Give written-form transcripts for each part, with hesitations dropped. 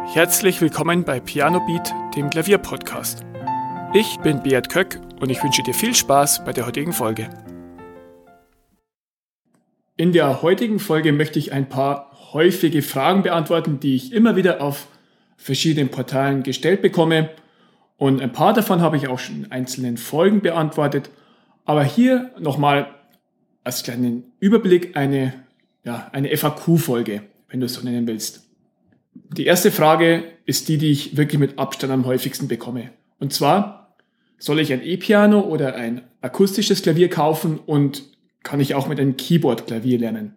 Herzlich willkommen bei Piano Beat, dem Klavierpodcast. Ich bin Beat Köck und ich wünsche dir viel Spaß bei der heutigen Folge. In der heutigen Folge möchte ich ein paar häufige Fragen beantworten, die ich immer wieder auf verschiedenen Portalen gestellt bekomme. Und ein paar davon habe ich auch schon in einzelnen Folgen beantwortet. Aber hier nochmal als kleinen Überblick eine FAQ-Folge, wenn du es so nennen willst. Die erste Frage ist die ich wirklich mit Abstand am häufigsten bekomme. Und zwar, soll ich ein E-Piano oder ein akustisches Klavier kaufen und kann ich auch mit einem Keyboard Klavier lernen?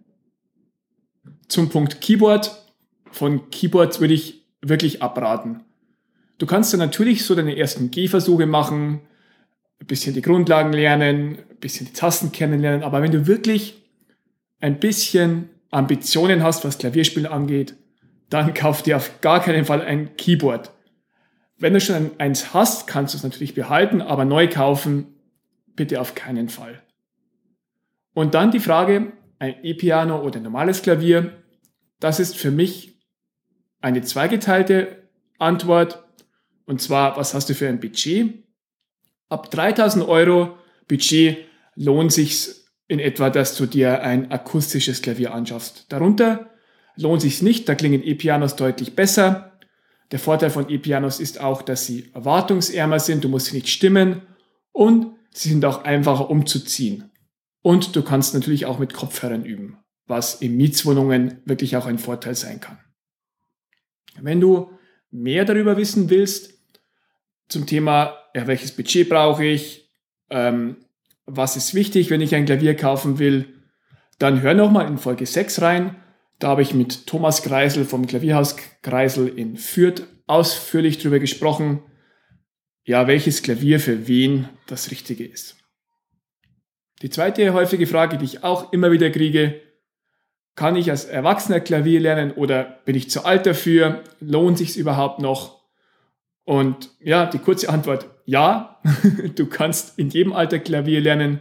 Zum Punkt Keyboard. Von Keyboards würde ich wirklich abraten. Du kannst dann natürlich so deine ersten Gehversuche machen, ein bisschen die Grundlagen lernen, ein bisschen die Tasten kennenlernen, aber wenn du wirklich ein bisschen Ambitionen hast, was Klavierspielen angeht, dann kauf dir auf gar keinen Fall ein Keyboard. Wenn du schon eins hast, kannst du es natürlich behalten, aber neu kaufen bitte auf keinen Fall. Und dann die Frage, ein E-Piano oder ein normales Klavier, das ist für mich eine zweigeteilte Antwort. Und zwar, was hast du für ein Budget? Ab 3.000 Euro Budget lohnt sich's in etwa, dass du dir ein akustisches Klavier anschaffst. Darunter lohnt sich's nicht, da klingen E-Pianos deutlich besser. Der Vorteil von E-Pianos ist auch, dass sie wartungsärmer sind, du musst sie nicht stimmen und sie sind auch einfacher umzuziehen. Und du kannst natürlich auch mit Kopfhörern üben, was in Mietswohnungen wirklich auch ein Vorteil sein kann. Wenn du mehr darüber wissen willst, zum Thema, welches Budget brauche ich, was ist wichtig, wenn ich ein Klavier kaufen will, dann hör nochmal in Folge 6 rein. Da habe ich mit Thomas Kreisel vom Klavierhaus Kreisel in Fürth ausführlich darüber gesprochen, welches Klavier für wen das Richtige ist. Die zweite häufige Frage, die ich auch immer wieder kriege: Kann ich als Erwachsener Klavier lernen oder bin ich zu alt dafür? Lohnt sich's überhaupt noch? Und die kurze Antwort: Ja, du kannst in jedem Alter Klavier lernen.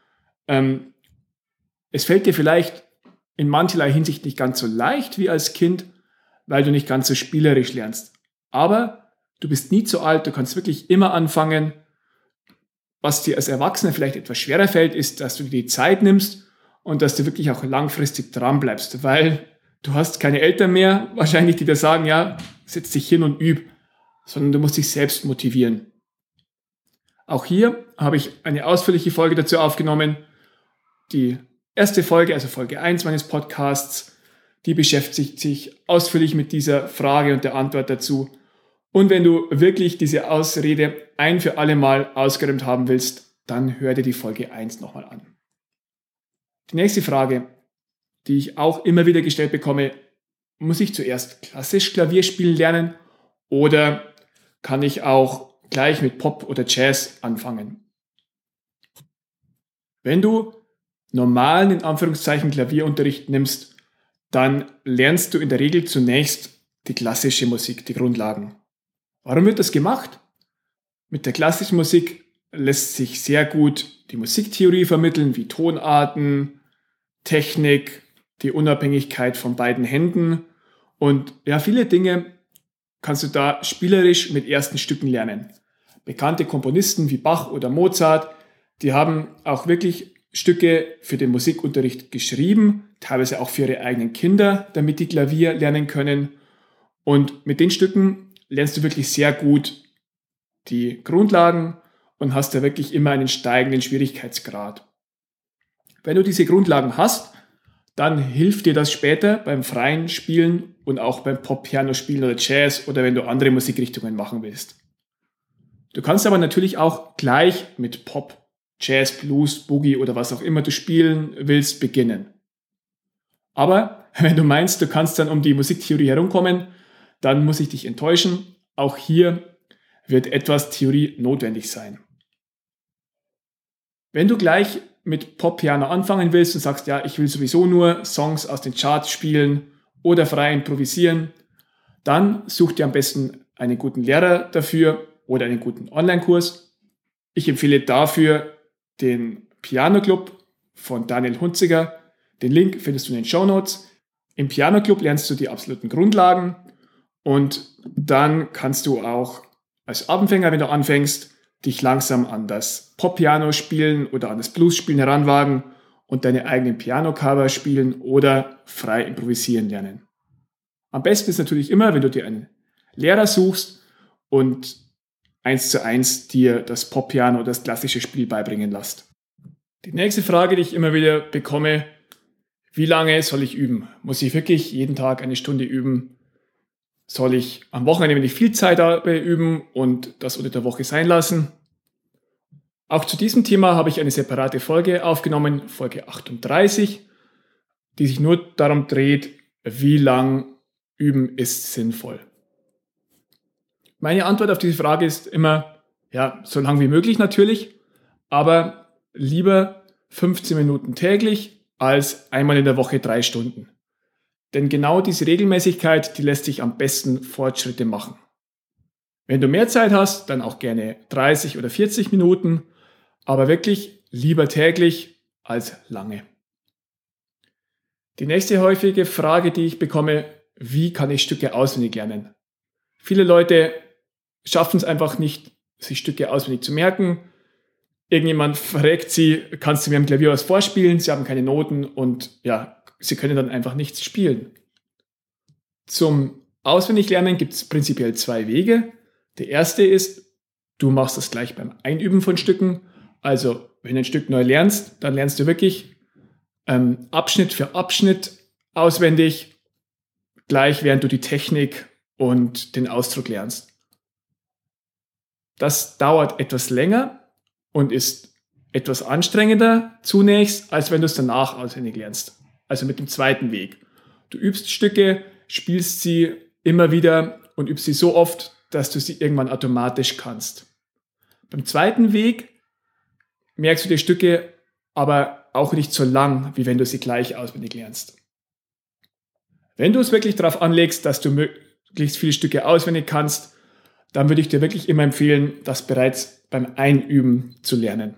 Es fällt dir vielleicht in mancherlei Hinsicht nicht ganz so leicht wie als Kind, weil du nicht ganz so spielerisch lernst. Aber du bist nie zu alt, du kannst wirklich immer anfangen. Was dir als Erwachsener vielleicht etwas schwerer fällt, ist, dass du dir die Zeit nimmst und dass du wirklich auch langfristig dran bleibst, weil du hast keine Eltern mehr, wahrscheinlich, die dir sagen, setz dich hin und üb, sondern du musst dich selbst motivieren. Auch hier habe ich eine ausführliche Folge dazu aufgenommen. Die erste Folge, also Folge 1 meines Podcasts, die beschäftigt sich ausführlich mit dieser Frage und der Antwort dazu. Und wenn du wirklich diese Ausrede ein für alle Mal ausgeräumt haben willst, dann hör dir die Folge 1 nochmal an. Die nächste Frage, die ich auch immer wieder gestellt bekomme: Muss ich zuerst klassisch Klavier spielen lernen oder kann ich auch gleich mit Pop oder Jazz anfangen? Wenn du normalen, in Anführungszeichen, Klavierunterricht nimmst, dann lernst du in der Regel zunächst die klassische Musik, die Grundlagen. Warum wird das gemacht? Mit der klassischen Musik lässt sich sehr gut die Musiktheorie vermitteln, wie Tonarten, Technik, die Unabhängigkeit von beiden Händen und viele Dinge kannst du da spielerisch mit ersten Stücken lernen. Bekannte Komponisten wie Bach oder Mozart, die haben auch wirklich Stücke für den Musikunterricht geschrieben, teilweise auch für ihre eigenen Kinder, damit die Klavier lernen können. Und mit den Stücken lernst du wirklich sehr gut die Grundlagen und hast da wirklich immer einen steigenden Schwierigkeitsgrad. Wenn du diese Grundlagen hast, dann hilft dir das später beim freien Spielen und auch beim Pop-Piano spielen oder Jazz oder wenn du andere Musikrichtungen machen willst. Du kannst aber natürlich auch gleich mit Pop, Jazz, Blues, Boogie oder was auch immer du spielen willst, beginnen. Aber wenn du meinst, du kannst dann um die Musiktheorie herumkommen, dann muss ich dich enttäuschen. Auch hier wird etwas Theorie notwendig sein. Wenn du gleich mit Pop-Piano anfangen willst und sagst, ich will sowieso nur Songs aus den Charts spielen oder frei improvisieren, dann such dir am besten einen guten Lehrer dafür oder einen guten Online-Kurs. Ich empfehle dafür den Piano Club von Daniel Hunziger. Den Link findest du in den Shownotes. Im Piano Club lernst du die absoluten Grundlagen Und dann kannst du auch als Abendfänger, wenn du anfängst, dich langsam an das Pop-Piano spielen oder an das Blues-Spielen heranwagen und deine eigenen Piano-Cover spielen oder frei improvisieren lernen. Am besten ist natürlich immer, wenn du dir einen Lehrer suchst und 1:1 dir das Pop-Piano oder das klassische Spiel beibringen lässt. Die nächste Frage, die ich immer wieder bekomme: Wie lange soll ich üben? Muss ich wirklich jeden Tag eine Stunde üben? Soll ich am Wochenende, wenn ich viel Zeit habe, üben und das unter der Woche sein lassen? Auch zu diesem Thema habe ich eine separate Folge aufgenommen, Folge 38, die sich nur darum dreht, wie lang üben ist sinnvoll. Meine Antwort auf diese Frage ist immer, ja, so lang wie möglich natürlich, aber lieber 15 Minuten täglich als einmal in der Woche 3 Stunden. Denn genau diese Regelmäßigkeit, die lässt sich am besten Fortschritte machen. Wenn du mehr Zeit hast, dann auch gerne 30 oder 40 Minuten, aber wirklich lieber täglich als lange. Die nächste häufige Frage, die ich bekomme: Wie kann ich Stücke auswendig lernen? Viele Leute schaffen es einfach nicht, sich Stücke auswendig zu merken. Irgendjemand fragt sie: Kannst du mir am Klavier was vorspielen? Sie haben keine Noten und ja, sie können dann einfach nichts spielen. Zum Auswendiglernen gibt es prinzipiell 2 Wege. Der erste ist, du machst das gleich beim Einüben von Stücken. Also wenn du ein Stück neu lernst, dann lernst du wirklich Abschnitt für Abschnitt auswendig, gleich während du die Technik und den Ausdruck lernst. Das dauert etwas länger und ist etwas anstrengender zunächst, als wenn du es danach auswendig lernst. Also mit dem zweiten Weg. Du übst Stücke, spielst sie immer wieder und übst sie so oft, dass du sie irgendwann automatisch kannst. Beim zweiten Weg merkst du die Stücke aber auch nicht so lang, wie wenn du sie gleich auswendig lernst. Wenn du es wirklich darauf anlegst, dass du möglichst viele Stücke auswendig kannst, dann würde ich dir wirklich immer empfehlen, das bereits beim Einüben zu lernen.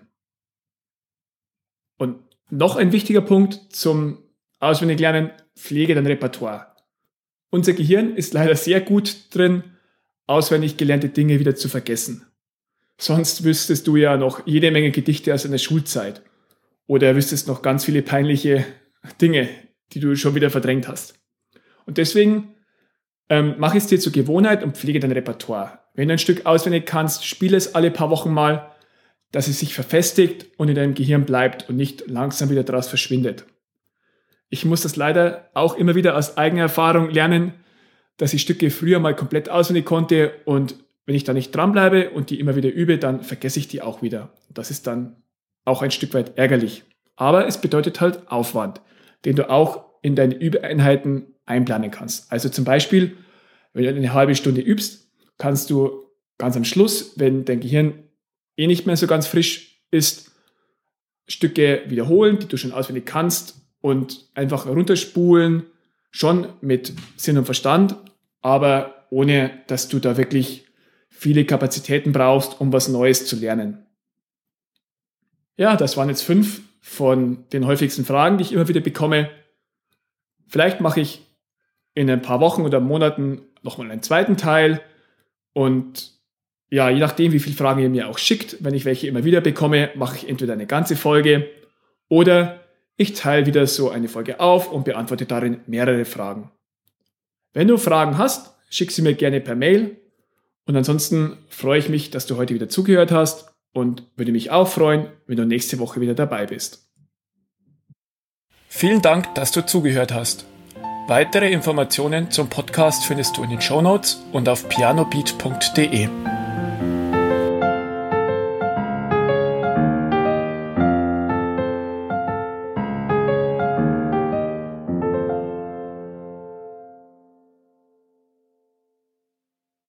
Und noch ein wichtiger Punkt zum Auswendiglernen: Pflege dein Repertoire. Unser Gehirn ist leider sehr gut drin, auswendig gelernte Dinge wieder zu vergessen. Sonst wüsstest du ja noch jede Menge Gedichte aus deiner Schulzeit oder wüsstest noch ganz viele peinliche Dinge, die du schon wieder verdrängt hast. Und deswegen mach es dir zur Gewohnheit und pflege dein Repertoire. Wenn du ein Stück auswendig kannst, spiele es alle paar Wochen mal, dass es sich verfestigt und in deinem Gehirn bleibt und nicht langsam wieder daraus verschwindet. Ich muss das leider auch immer wieder aus eigener Erfahrung lernen, dass ich Stücke früher mal komplett auswendig konnte und wenn ich da nicht dranbleibe und die immer wieder übe, dann vergesse ich die auch wieder. Das ist dann auch ein Stück weit ärgerlich. Aber es bedeutet halt Aufwand, den du auch in deine Übeeinheiten einplanen kannst. Also zum Beispiel, wenn du eine halbe Stunde übst, kannst du ganz am Schluss, wenn dein Gehirn nicht mehr so ganz frisch ist, Stücke wiederholen, die du schon auswendig kannst und einfach runterspulen, schon mit Sinn und Verstand, aber ohne, dass du da wirklich viele Kapazitäten brauchst, um was Neues zu lernen. Ja, das waren jetzt 5 von den häufigsten Fragen, die ich immer wieder bekomme. Vielleicht mache ich in ein paar Wochen oder Monaten nochmal einen zweiten Teil und ja, je nachdem, wie viele Fragen ihr mir auch schickt, wenn ich welche immer wieder bekomme, mache ich entweder eine ganze Folge oder ich teile wieder so eine Folge auf und beantworte darin mehrere Fragen. Wenn du Fragen hast, schick sie mir gerne per Mail und ansonsten freue ich mich, dass du heute wieder zugehört hast und würde mich auch freuen, wenn du nächste Woche wieder dabei bist. Vielen Dank, dass du zugehört hast. Weitere Informationen zum Podcast findest du in den Shownotes und auf pianobeat.de.